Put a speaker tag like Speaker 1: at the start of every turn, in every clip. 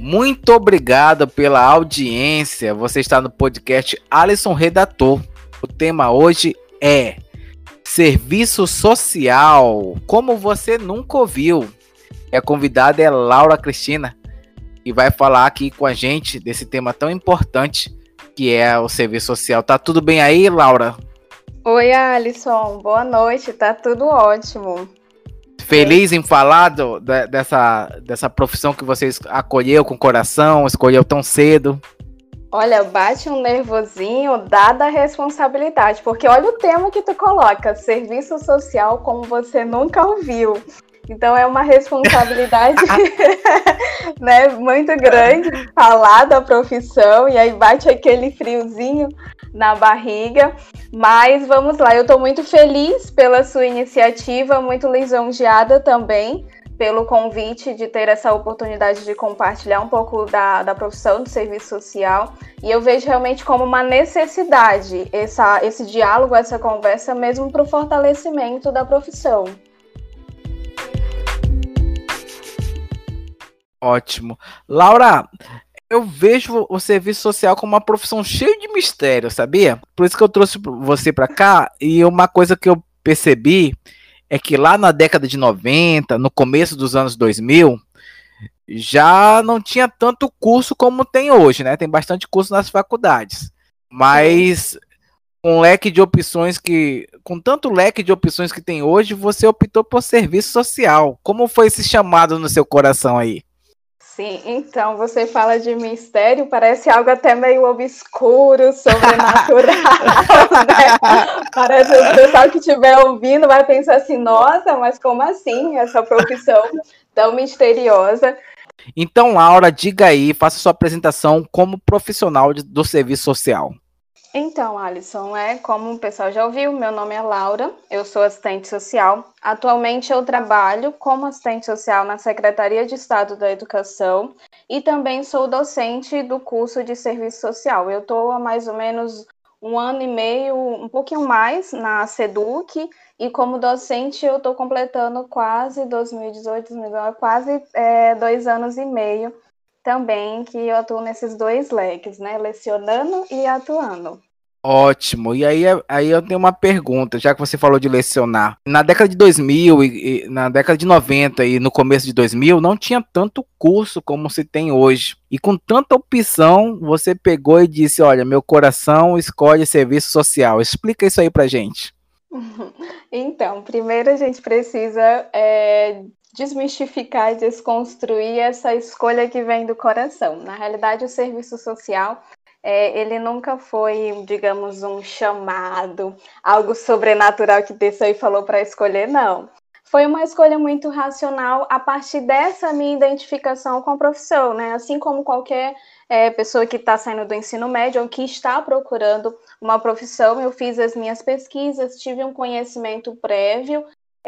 Speaker 1: Muito obrigado pela audiência. Você está no podcast Alisson Redator. O tema hoje é Serviço Social, como você nunca ouviu. A convidada é Laura Cristina, que vai falar aqui com a gente desse tema tão importante que é o serviço social. Tá tudo bem aí, Laura?
Speaker 2: Oi, Alisson. Boa noite. Tá tudo ótimo.
Speaker 1: Feliz em falar dessa profissão que você acolheu com coração, escolheu tão cedo.
Speaker 2: Olha, bate um nervosinho dada a responsabilidade, porque olha o tema que tu coloca, serviço social como você nunca ouviu. Então é uma responsabilidade né, muito grande falar da profissão, e aí bate aquele friozinho na barriga. Mas vamos lá, eu estou muito feliz pela sua iniciativa, muito lisonjeada também pelo convite de ter essa oportunidade de compartilhar um pouco da profissão do serviço social. E eu vejo realmente como uma necessidade esse diálogo, essa conversa, mesmo para o fortalecimento da profissão.
Speaker 1: Ótimo. Laura, eu vejo o serviço social como uma profissão cheia de mistério, sabia? Por isso que eu trouxe você para cá, e uma coisa que eu percebi é que lá na década de 90, no começo dos anos 2000, já não tinha tanto curso como tem hoje, né? Tem bastante curso nas faculdades, mas com tanto leque de opções que tem hoje, você optou por serviço social. Como foi esse chamado no seu coração aí?
Speaker 2: Sim, então, você fala de mistério, parece algo até meio obscuro, sobrenatural, né? Parece que o pessoal que estiver ouvindo vai pensar assim, nossa, mas como assim essa profissão tão misteriosa?
Speaker 1: Então, Laura, diga aí, faça sua apresentação como profissional do serviço social.
Speaker 2: Então, Alisson, como o pessoal já ouviu, meu nome é Laura, eu sou assistente social. Atualmente eu trabalho como assistente social na Secretaria de Estado da Educação e também sou docente do curso de serviço social. Eu estou há mais ou menos 1 ano e meio, um pouquinho mais, na SEDUC, e como docente eu estou completando quase 2018, 2019, quase 2 anos e meio. Também que eu atuo nesses 2 leques, né? Lecionando e atuando.
Speaker 1: Ótimo. E aí eu tenho uma pergunta, já que você falou de lecionar. Na década de 2000 e na década de 90 e no começo de 2000, não tinha tanto curso como se tem hoje. E com tanta opção, você pegou e disse, olha, meu coração escolhe serviço social. Explica isso aí pra gente.
Speaker 2: Então, primeiro a gente precisa desmistificar e desconstruir essa escolha que vem do coração. Na realidade, o serviço social, ele nunca foi, digamos, um chamado, algo sobrenatural que desceu e falou para escolher, não. Foi uma escolha muito racional a partir dessa minha identificação com a profissão, né? Assim como qualquer pessoa que está saindo do ensino médio ou que está procurando uma profissão, eu fiz as minhas pesquisas, tive um conhecimento prévio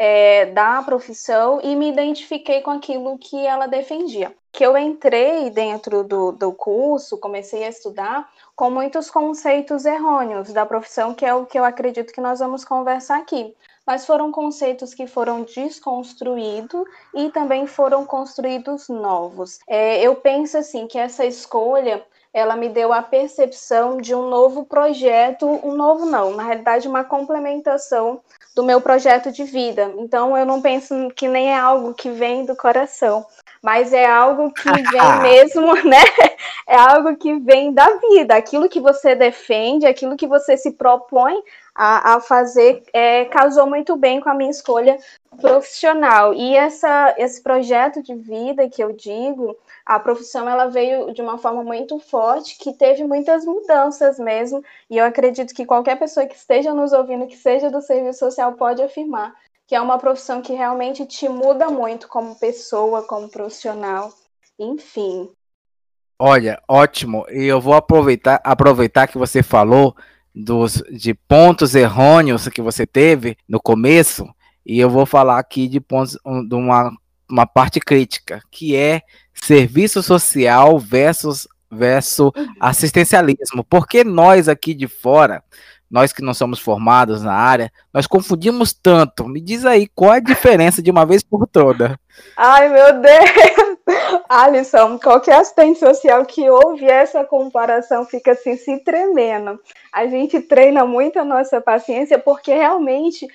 Speaker 2: da profissão e me identifiquei com aquilo que ela defendia. Que eu entrei dentro do curso, comecei a estudar com muitos conceitos errôneos da profissão, que é o que eu acredito que nós vamos conversar aqui. Mas foram conceitos que foram desconstruídos e também foram construídos novos. Eu penso assim, que essa escolha, ela me deu a percepção de um novo projeto, na realidade uma complementação do meu projeto de vida. Então eu não penso que nem é algo que vem do coração, mas é algo que vem mesmo, né? É algo que vem da vida, aquilo que você defende, aquilo que você se propõe a fazer, casou muito bem com a minha escolha profissional. E esse projeto de vida que eu digo, a profissão ela veio de uma forma muito forte, que teve muitas mudanças mesmo, e eu acredito que qualquer pessoa que esteja nos ouvindo, que seja do serviço social, pode afirmar que é uma profissão que realmente te muda muito como pessoa, como profissional, enfim.
Speaker 1: Olha, ótimo. E eu vou aproveitar que você falou de pontos errôneos que você teve no começo, e eu vou falar aqui de pontos de uma parte crítica, que é serviço social versus assistencialismo. Porque nós aqui de fora, nós que não somos formados na área, nós confundimos tanto. Me diz aí, qual é a diferença de uma vez por toda?
Speaker 2: Ai, meu Deus! Alisson, qualquer assistente social que ouve essa comparação fica assim se tremendo. A gente treina muito a nossa paciência porque realmente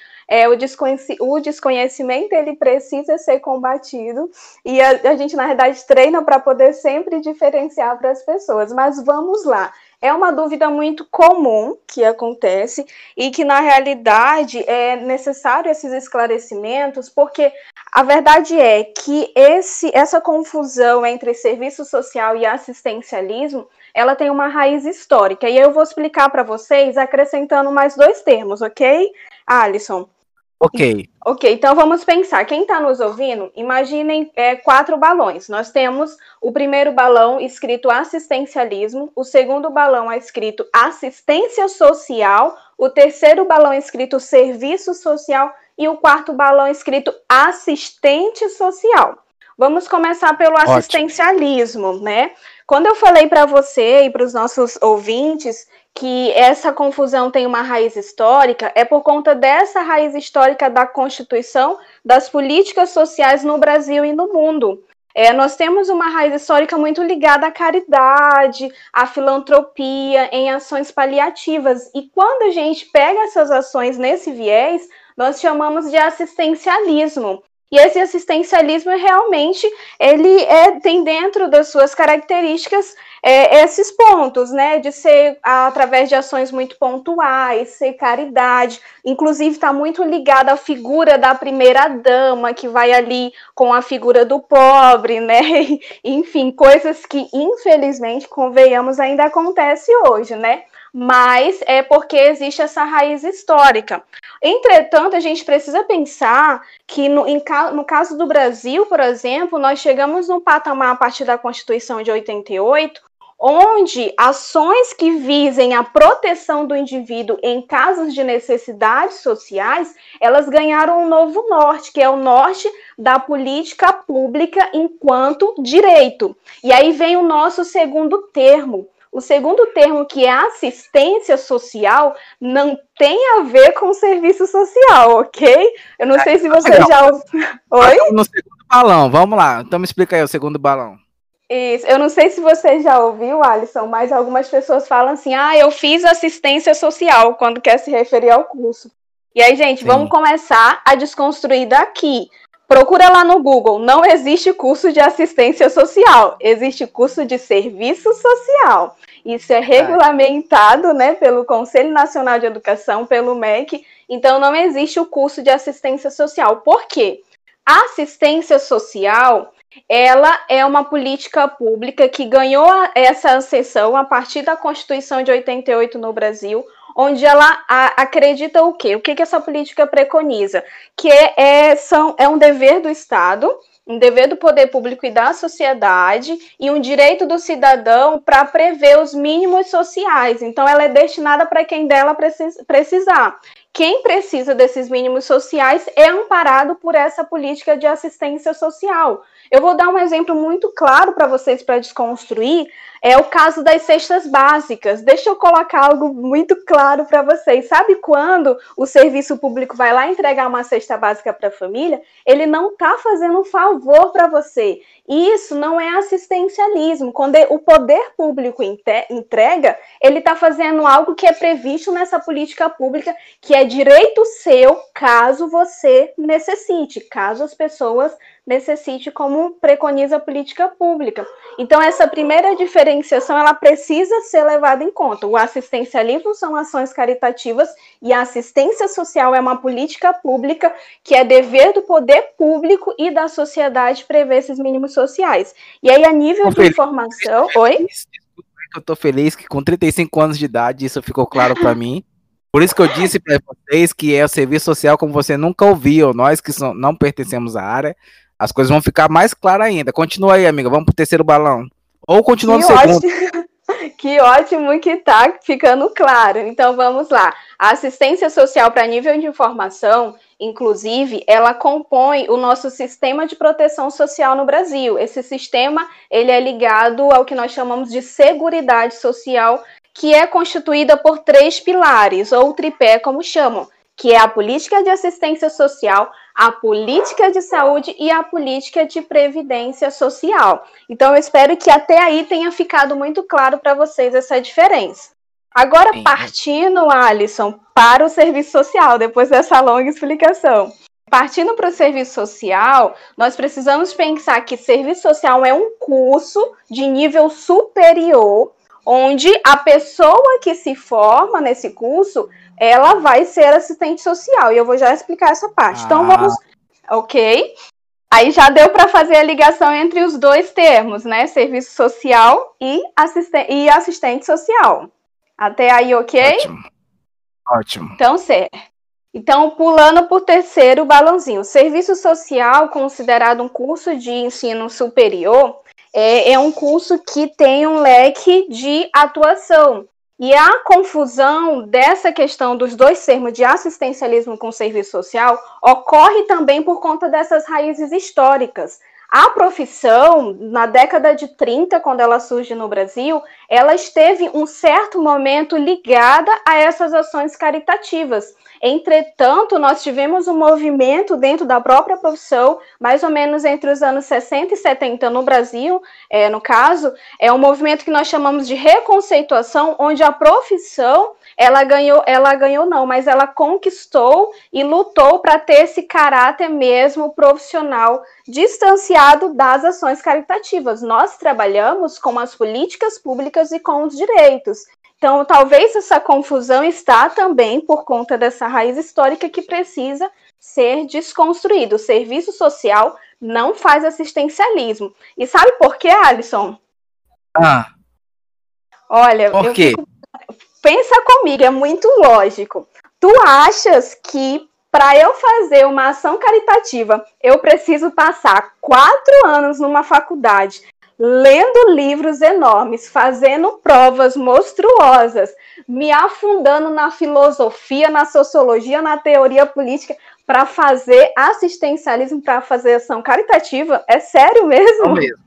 Speaker 2: o desconhecimento ele precisa ser combatido e a gente, na verdade, treina para poder sempre diferenciar para as pessoas. Mas vamos lá. É uma dúvida muito comum que acontece e que, na realidade, é necessário esses esclarecimentos, porque a verdade é que essa confusão entre serviço social e assistencialismo, ela tem uma raiz histórica. E eu vou explicar para vocês acrescentando mais 2 termos, ok, Alisson?
Speaker 1: Ok.
Speaker 2: Ok, então vamos pensar. Quem está nos ouvindo, imaginem 4 balões. Nós temos o primeiro balão escrito assistencialismo, o segundo balão é escrito assistência social, o terceiro balão é escrito serviço social e o quarto balão é escrito assistente social. Vamos começar pelo assistencialismo, né? Quando eu falei para você e para os nossos ouvintes que essa confusão tem uma raiz histórica, é por conta dessa raiz histórica da Constituição, das políticas sociais no Brasil e no mundo. Nós temos uma raiz histórica muito ligada à caridade, à filantropia, em ações paliativas. E quando a gente pega essas ações nesse viés, nós chamamos de assistencialismo. E esse assistencialismo realmente ele tem dentro das suas características esses pontos, né, de ser através de ações muito pontuais, ser caridade, inclusive está muito ligada à figura da primeira-dama, que vai ali com a figura do pobre, né, enfim, coisas que, infelizmente, convenhamos, ainda acontece hoje, né, mas é porque existe essa raiz histórica. Entretanto, a gente precisa pensar que no caso do Brasil, por exemplo, nós chegamos num patamar a partir da Constituição de 88, onde ações que visem a proteção do indivíduo em casos de necessidades sociais, elas ganharam um novo norte, que é o norte da política pública enquanto direito. E aí vem o nosso segundo termo. O segundo termo, que é assistência social, não tem a ver com serviço social, ok? Eu não sei se você já... Oi?
Speaker 1: No segundo balão, vamos lá. Então me explica aí o segundo balão.
Speaker 2: Isso. Eu não sei se você já ouviu, Alisson, mas algumas pessoas falam assim, eu fiz assistência social, quando quer se referir ao curso. E aí, gente, vamos começar a desconstruir daqui. Procura lá no Google, não existe curso de assistência social, existe curso de serviço social. Isso é regulamentado, né, pelo Conselho Nacional de Educação, pelo MEC, então não existe o curso de assistência social. Por quê? A assistência social, ela é uma política pública que ganhou essa ascensão a partir da Constituição de 88 no Brasil, onde ela acredita o quê? O que essa política preconiza? Que é um dever do Estado, um dever do poder público e da sociedade e um direito do cidadão para prever os mínimos sociais. Então, ela é destinada para quem dela precisar. Quem precisa desses mínimos sociais é amparado por essa política de assistência social. Eu vou dar um exemplo muito claro para vocês para desconstruir, é o caso das cestas básicas. Deixa eu colocar algo muito claro para vocês. Sabe quando o serviço público vai lá entregar uma cesta básica para a família? Ele não está fazendo um favor para você. Isso não é assistencialismo. Quando o poder público entrega, ele está fazendo algo que é previsto nessa política pública, que é direito seu, caso você necessite, caso as pessoas necessite, como preconiza a política pública. Então, essa primeira diferenciação, ela precisa ser levada em conta. O assistencialismo são ações caritativas e a assistência social é uma política pública que é dever do poder público e da sociedade prever esses mínimos sociais. E aí, a nível de informação... Oi?
Speaker 1: Eu tô feliz que com 35 anos de idade isso ficou claro para mim. Por isso que eu disse para vocês que é o serviço social como você nunca ouviu. Nós que não pertencemos à área, as coisas vão ficar mais claras ainda. Continua aí, amiga. Vamos pro terceiro balão. Ou continua no segundo.
Speaker 2: Que ótimo que tá ficando claro. Então, vamos lá. A assistência social para nível de informação, inclusive, ela compõe o nosso sistema de proteção social no Brasil. Esse sistema, ele é ligado ao que nós chamamos de seguridade social, que é constituída por 3 pilares, ou tripé, como chamam, que é a política de assistência social, a política de saúde e a política de previdência social. Então, eu espero que até aí tenha ficado muito claro para vocês essa diferença. Agora, partindo, Alisson, para o serviço social, depois dessa longa explicação. Partindo para o serviço social, nós precisamos pensar que serviço social é um curso de nível superior, onde a pessoa que se forma nesse curso, ela vai ser assistente social. E eu vou já explicar essa parte. Então, vamos... Ok? Aí já deu para fazer a ligação entre os dois termos, né? Serviço social e assistente social. Até aí, ok?
Speaker 1: Ótimo.
Speaker 2: Então, certo. Então, pulando por terceiro balãozinho. Serviço social, considerado um curso de ensino superior, é um curso que tem um leque de atuação. E a confusão dessa questão dos dois termos de assistencialismo com serviço social ocorre também por conta dessas raízes históricas. A profissão, na década de 30, quando ela surge no Brasil, ela esteve um certo momento ligada a essas ações caritativas. Entretanto, nós tivemos um movimento dentro da própria profissão, mais ou menos entre os anos 60 e 70 no Brasil, no caso, é um movimento que nós chamamos de reconceituação, onde a profissão, mas ela conquistou e lutou para ter esse caráter mesmo profissional, distanciado das ações caritativas. Nós trabalhamos com as políticas públicas e com os direitos. Então, talvez essa confusão está também por conta dessa raiz histórica que precisa ser desconstruída. O serviço social não faz assistencialismo. E sabe por quê, Alisson? Olha,
Speaker 1: por quê?
Speaker 2: Pensa comigo, é muito lógico. Tu achas que para eu fazer uma ação caritativa, eu preciso passar 4 anos numa faculdade, lendo livros enormes, fazendo provas monstruosas, me afundando na filosofia, na sociologia, na teoria política, para fazer assistencialismo, para fazer ação caritativa? É sério mesmo?
Speaker 1: Não mesmo.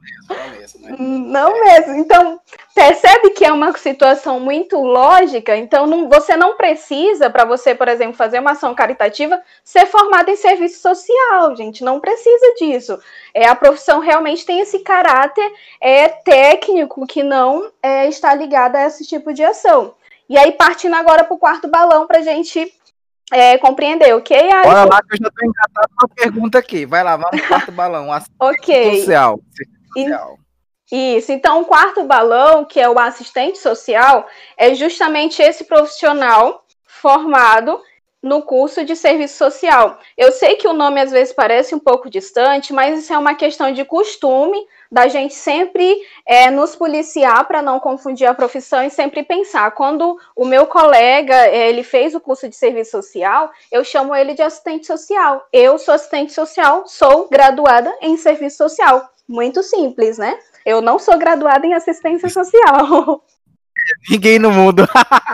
Speaker 2: Não mesmo. Então, percebe que é uma situação muito lógica. Então, você não precisa, para você, por exemplo, fazer uma ação caritativa, ser formado em serviço social, gente. Não precisa disso. A profissão realmente tem esse caráter técnico que não está ligado a esse tipo de ação. E aí, partindo agora para o quarto balão, para a gente compreender, ok, Alisson?
Speaker 1: Bora lá que eu já estou engatado com a pergunta aqui. Vai lá, vamos no quarto balão.
Speaker 2: Ok.
Speaker 1: Social.
Speaker 2: Isso, então o quarto balão, que é o assistente social, é justamente esse profissional formado no curso de serviço social. Eu sei que o nome às vezes parece um pouco distante, mas isso é uma questão de costume, da gente sempre nos policiar para não confundir a profissão e sempre pensar. Quando o meu colega ele fez o curso de serviço social, eu chamo ele de assistente social. Eu sou assistente social, sou graduada em serviço social. Muito simples, né? Eu não sou graduada em assistência social.
Speaker 1: Ninguém no mundo.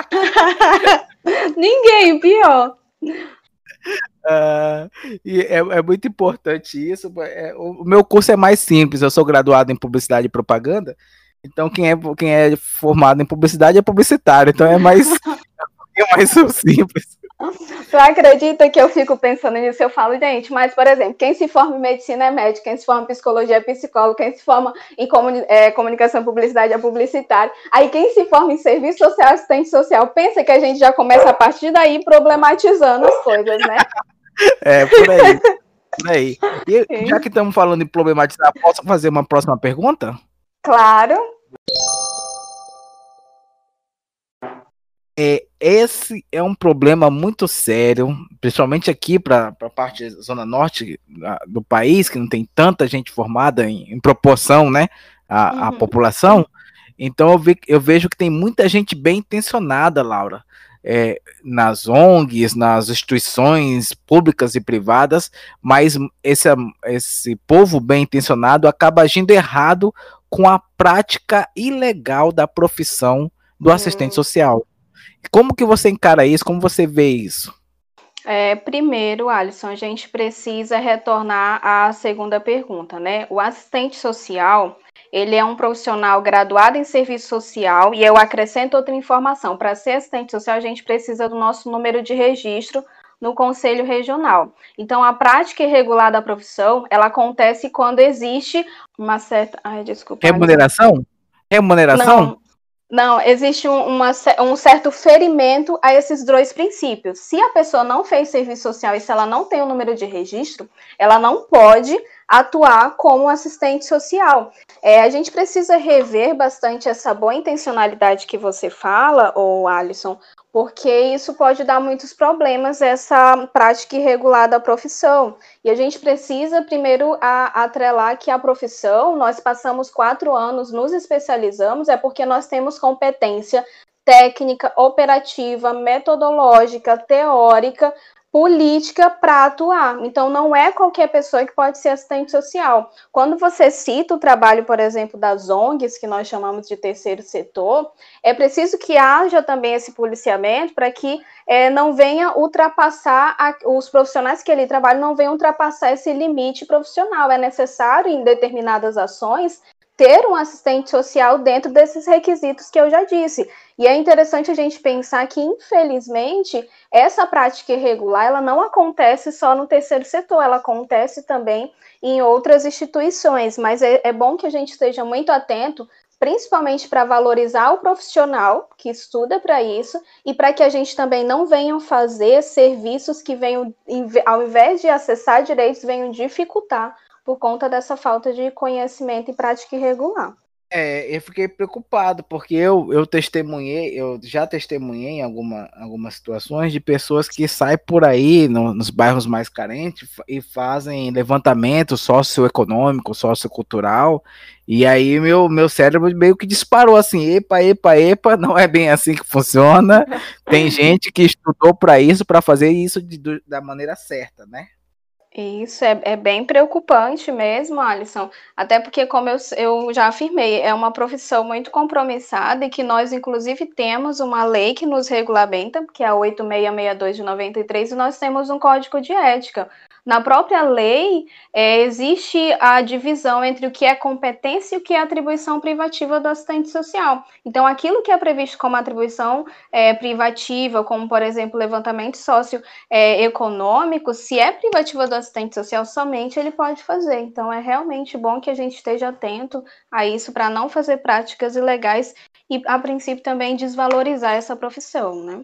Speaker 2: Ninguém, pior.
Speaker 1: E é muito importante isso. O meu curso é mais simples. Eu sou graduado em publicidade e propaganda. Então, quem é formado em publicidade é publicitário. Então, é mais simples.
Speaker 2: Tu acredita que eu fico pensando nisso? Eu falo, gente, mas, por exemplo, quem se forma em medicina é médico, quem se forma em psicologia é psicólogo, quem se forma em comunicação e publicidade é publicitário. Aí, quem se forma em serviço social é assistente social. Pensa que a gente já começa a partir daí problematizando as coisas, né?
Speaker 1: Por aí. Por aí. E já que estamos falando em problematizar, posso fazer uma próxima pergunta?
Speaker 2: Claro.
Speaker 1: Esse é um problema muito sério, principalmente aqui para a parte da zona norte do país, que não tem tanta gente formada em proporção, né, à população. Então eu vejo que tem muita gente bem intencionada, Laura, nas ONGs, nas instituições públicas e privadas, mas esse povo bem intencionado acaba agindo errado com a prática ilegal da profissão do assistente social. Como que você encara isso? Como você vê isso?
Speaker 2: Primeiro, Alisson, a gente precisa retornar à segunda pergunta, né? O assistente social, ele é um profissional graduado em serviço social, e eu acrescento outra informação. Para ser assistente social, a gente precisa do nosso número de registro no Conselho Regional. Então, a prática irregular da profissão, ela acontece quando existe uma certa... Ai, desculpa.
Speaker 1: Remuneração? Remuneração?
Speaker 2: Não, existe um certo ferimento a esses dois princípios. Se a pessoa não fez serviço social e se ela não tem o número de registro, ela não pode atuar como assistente social. A gente precisa rever bastante essa boa intencionalidade que você fala, ou Alisson, porque isso pode dar muitos problemas, essa prática irregular da profissão. E a gente precisa, primeiro, atrelar que a profissão, nós passamos 4 anos, nos especializamos, é porque nós temos competência técnica, operativa, metodológica, teórica, política para atuar. Então, não é qualquer pessoa que pode ser assistente social. Quando você cita o trabalho, por exemplo, das ONGs, que nós chamamos de terceiro setor, é preciso que haja também esse policiamento para que não venha ultrapassar, os profissionais que ali trabalham não venham ultrapassar esse limite profissional. É necessário, em determinadas ações, ter um assistente social dentro desses requisitos que eu já disse. E é interessante a gente pensar que, infelizmente, essa prática irregular, ela não acontece só no terceiro setor, ela acontece também em outras instituições, mas é bom que a gente esteja muito atento, principalmente para valorizar o profissional que estuda para isso e para que a gente também não venha fazer serviços que venham, ao invés de acessar direitos, venham dificultar por conta dessa falta de conhecimento e prática irregular.
Speaker 1: Eu fiquei preocupado, porque eu já testemunhei em algumas situações de pessoas que saem por aí nos bairros mais carentes e fazem levantamento socioeconômico, sociocultural, e aí meu cérebro meio que disparou assim, epa, não é bem assim que funciona, tem gente que estudou para isso, para fazer isso da maneira certa, né?
Speaker 2: Isso é bem preocupante mesmo, Alisson, até porque, como eu já afirmei, é uma profissão muito compromissada e que nós, inclusive, temos uma lei que nos regulamenta, que é a 8662 de 93, e nós temos um código de ética. Na própria lei, existe a divisão entre o que é competência e o que é atribuição privativa do assistente social. Então, aquilo que é previsto como atribuição privativa, como, por exemplo, levantamento socioeconômico, se é privativa do assistente social, somente ele pode fazer. Então, é realmente bom que a gente esteja atento a isso para não fazer práticas ilegais e, a princípio, também desvalorizar essa profissão, né?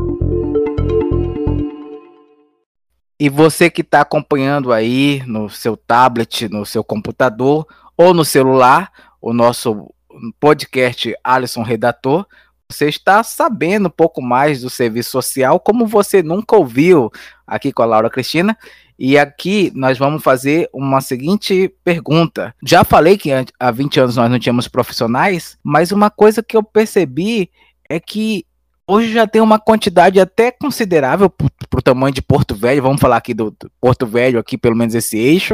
Speaker 1: E você que está acompanhando aí no seu tablet, no seu computador ou no celular, o nosso podcast Alisson Redator, você está sabendo um pouco mais do serviço social, como você nunca ouviu aqui com a Laura Cristina. E aqui nós vamos fazer uma seguinte pergunta. Já falei que há 20 anos nós não tínhamos profissionais, mas uma coisa que eu percebi é que hoje já tem uma quantidade até considerável para o tamanho de Porto Velho, vamos falar aqui do Porto Velho, aqui pelo menos esse eixo,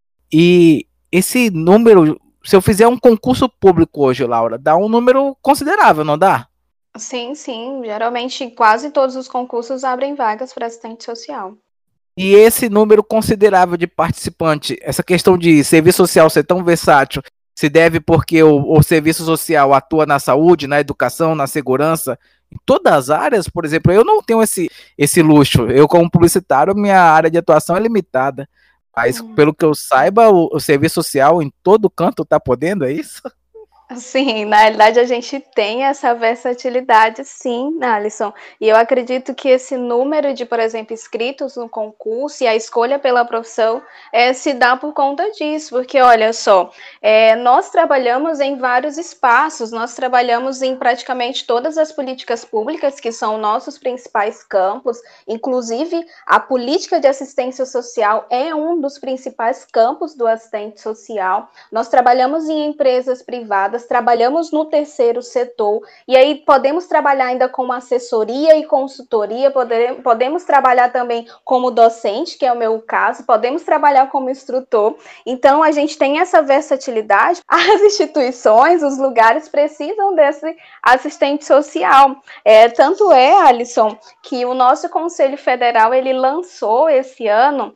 Speaker 1: e esse número, se eu fizer um concurso público hoje, Laura, dá um número considerável, não dá?
Speaker 2: Sim, geralmente quase todos os concursos abrem vagas para assistente social.
Speaker 1: E esse número considerável de participantes, essa questão de serviço social ser tão versátil, se deve porque o serviço social atua na saúde, na educação, na segurança, em todas as áreas. Por exemplo, eu não tenho esse luxo. Eu, como publicitário, minha área de atuação é limitada. Mas, pelo que eu saiba, o serviço social em todo canto está podendo, é isso?
Speaker 2: Sim, na realidade a gente tem essa versatilidade, sim, Alisson. E eu acredito que esse número de, por exemplo, inscritos no concurso e a escolha pela profissão se dá por conta disso, porque olha só, nós trabalhamos em vários espaços, nós trabalhamos em praticamente todas as políticas públicas, que são nossos principais campos, inclusive a política de assistência social é um dos principais campos do assistente social. Nós trabalhamos em empresas privadas, trabalhamos no terceiro setor, e aí podemos trabalhar ainda como assessoria e consultoria, podemos trabalhar também como docente, que é o meu caso, podemos trabalhar como instrutor. Então, a gente tem essa versatilidade. As instituições, os lugares precisam desse assistente social. Tanto é, Alisson, que o nosso Conselho Federal, ele lançou esse ano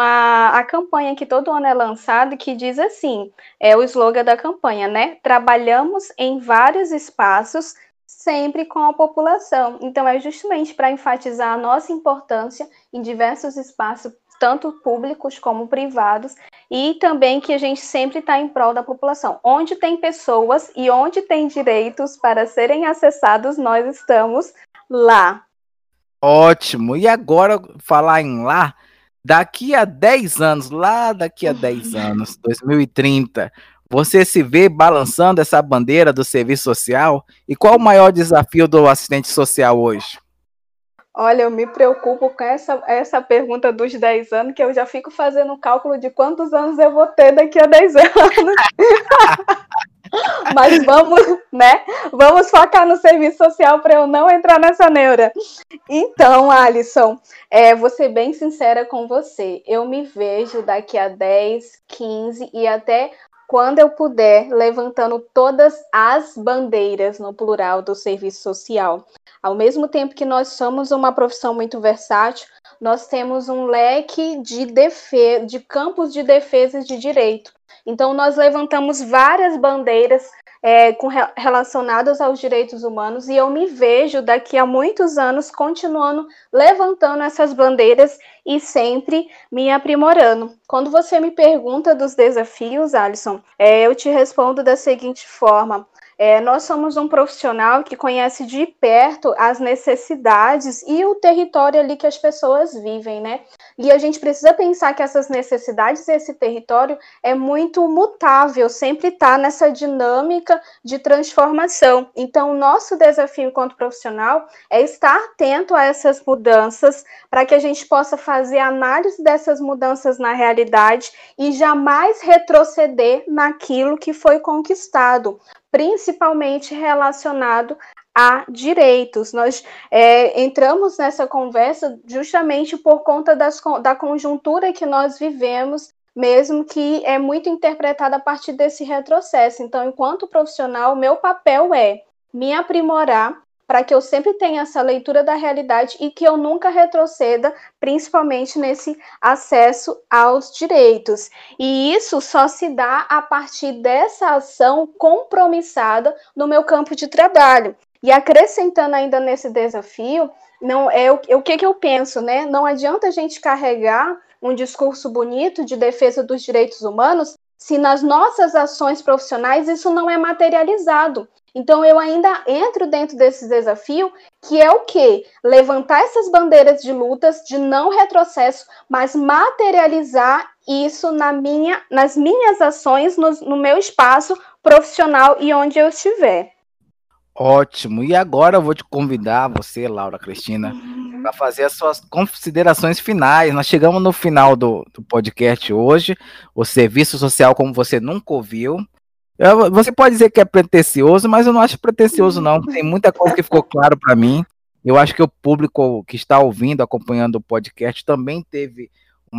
Speaker 2: a campanha que todo ano é lançada, que diz assim, o slogan da campanha, né? Trabalhamos em vários espaços sempre com a população. Então, é justamente para enfatizar a nossa importância em diversos espaços, tanto públicos como privados, e também que a gente sempre está em prol da população. Onde tem pessoas e onde tem direitos para serem acessados, nós estamos lá.
Speaker 1: Ótimo. E agora, falar em lá, daqui a 10 anos, lá daqui a 10 anos, 2030, você se vê balançando essa bandeira do serviço social? E qual o maior desafio do assistente social hoje?
Speaker 2: Olha, eu me preocupo com essa pergunta dos 10 anos, que eu já fico fazendo o cálculo de quantos anos eu vou ter daqui a 10 anos. Mas vamos, né? Vamos focar no serviço social para eu não entrar nessa neura. Então, Alisson, vou ser bem sincera com você. Eu me vejo daqui a 10, 15 e até quando eu puder, levantando todas as bandeiras, no plural, do serviço social. Ao mesmo tempo que nós somos uma profissão muito versátil, nós temos um leque de campos de defesa de direito. Então, nós levantamos várias bandeiras relacionadas aos direitos humanos, e eu me vejo daqui a muitos anos continuando levantando essas bandeiras e sempre me aprimorando. Quando você me pergunta dos desafios, Alisson, eu te respondo da seguinte forma: nós somos um profissional que conhece de perto as necessidades e o território ali que as pessoas vivem, né? E a gente precisa pensar que essas necessidades e esse território é muito mutável, sempre está nessa dinâmica de transformação. Então, o nosso desafio enquanto profissional é estar atento a essas mudanças para que a gente possa fazer análise dessas mudanças na realidade e jamais retroceder naquilo que foi conquistado, principalmente relacionado a direitos. Nós entramos nessa conversa justamente por conta da conjuntura que nós vivemos, mesmo que é muito interpretada a partir desse retrocesso. Então, enquanto profissional, meu papel é me aprimorar para que eu sempre tenha essa leitura da realidade e que eu nunca retroceda, principalmente nesse acesso aos direitos. E isso só se dá a partir dessa ação compromissada no meu campo de trabalho. E acrescentando ainda nesse desafio, não é o que eu penso, né? Não adianta a gente carregar um discurso bonito de defesa dos direitos humanos se nas nossas ações profissionais isso não é materializado. Então, eu ainda entro dentro desse desafio, que é o quê? Levantar essas bandeiras de lutas, de não retrocesso, mas materializar isso nas minhas ações, no meu espaço profissional e onde eu estiver.
Speaker 1: Ótimo. E agora eu vou te convidar, você, Laura Cristina, para fazer as suas considerações finais. Nós chegamos no final do podcast hoje, o serviço social como você nunca ouviu. Você pode dizer que é pretensioso, mas eu não acho pretensioso, não. Tem muita coisa que ficou claro para mim. Eu acho que o público que está ouvindo, acompanhando o podcast, também teve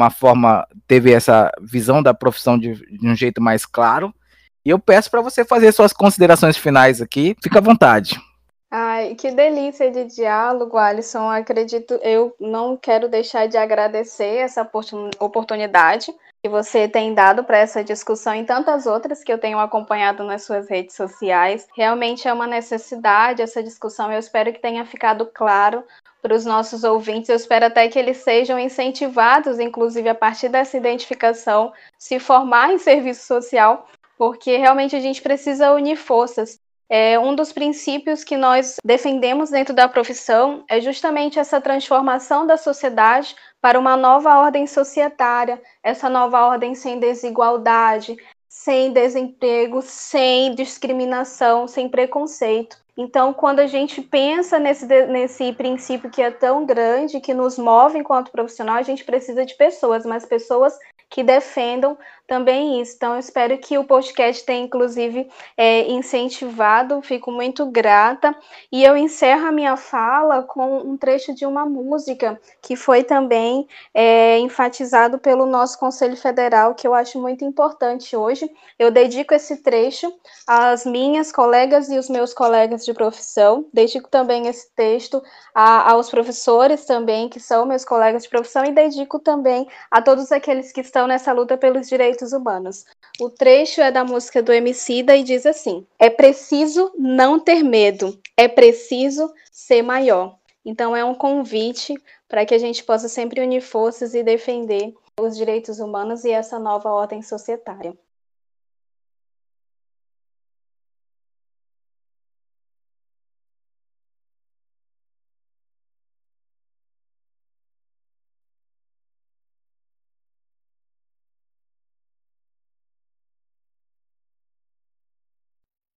Speaker 1: essa visão da profissão de um jeito mais claro. E eu peço para você fazer suas considerações finais aqui. Fica à vontade.
Speaker 2: Ai, que delícia de diálogo, Alisson. Eu não quero deixar de agradecer essa oportunidade que você tem dado para essa discussão e tantas outras que eu tenho acompanhado nas suas redes sociais. Realmente é uma necessidade essa discussão. Eu espero que tenha ficado claro para os nossos ouvintes. Eu espero até que eles sejam incentivados, inclusive a partir dessa identificação, se formar em serviço social, porque realmente a gente precisa unir forças. Um dos princípios que nós defendemos dentro da profissão é justamente essa transformação da sociedade para uma nova ordem societária, essa nova ordem sem desigualdade, sem desemprego, sem discriminação, sem preconceito. Então, quando a gente pensa nesse princípio que é tão grande, que nos move enquanto profissional, a gente precisa de pessoas, mas pessoas que defendam também isso. Então, eu espero que o podcast tenha, inclusive, incentivado, fico muito grata. E eu encerro a minha fala com um trecho de uma música que foi também enfatizado pelo nosso Conselho Federal, que eu acho muito importante hoje. Eu dedico esse trecho às minhas colegas e os meus colegas de profissão, dedico também esse texto aos professores também, que são meus colegas de profissão, e dedico também a todos aqueles que estão nessa luta pelos direitos humanos. O trecho é da música do Emicida e diz assim: é preciso não ter medo, é preciso ser maior. Então, é um convite para que a gente possa sempre unir forças e defender os direitos humanos e essa nova ordem societária.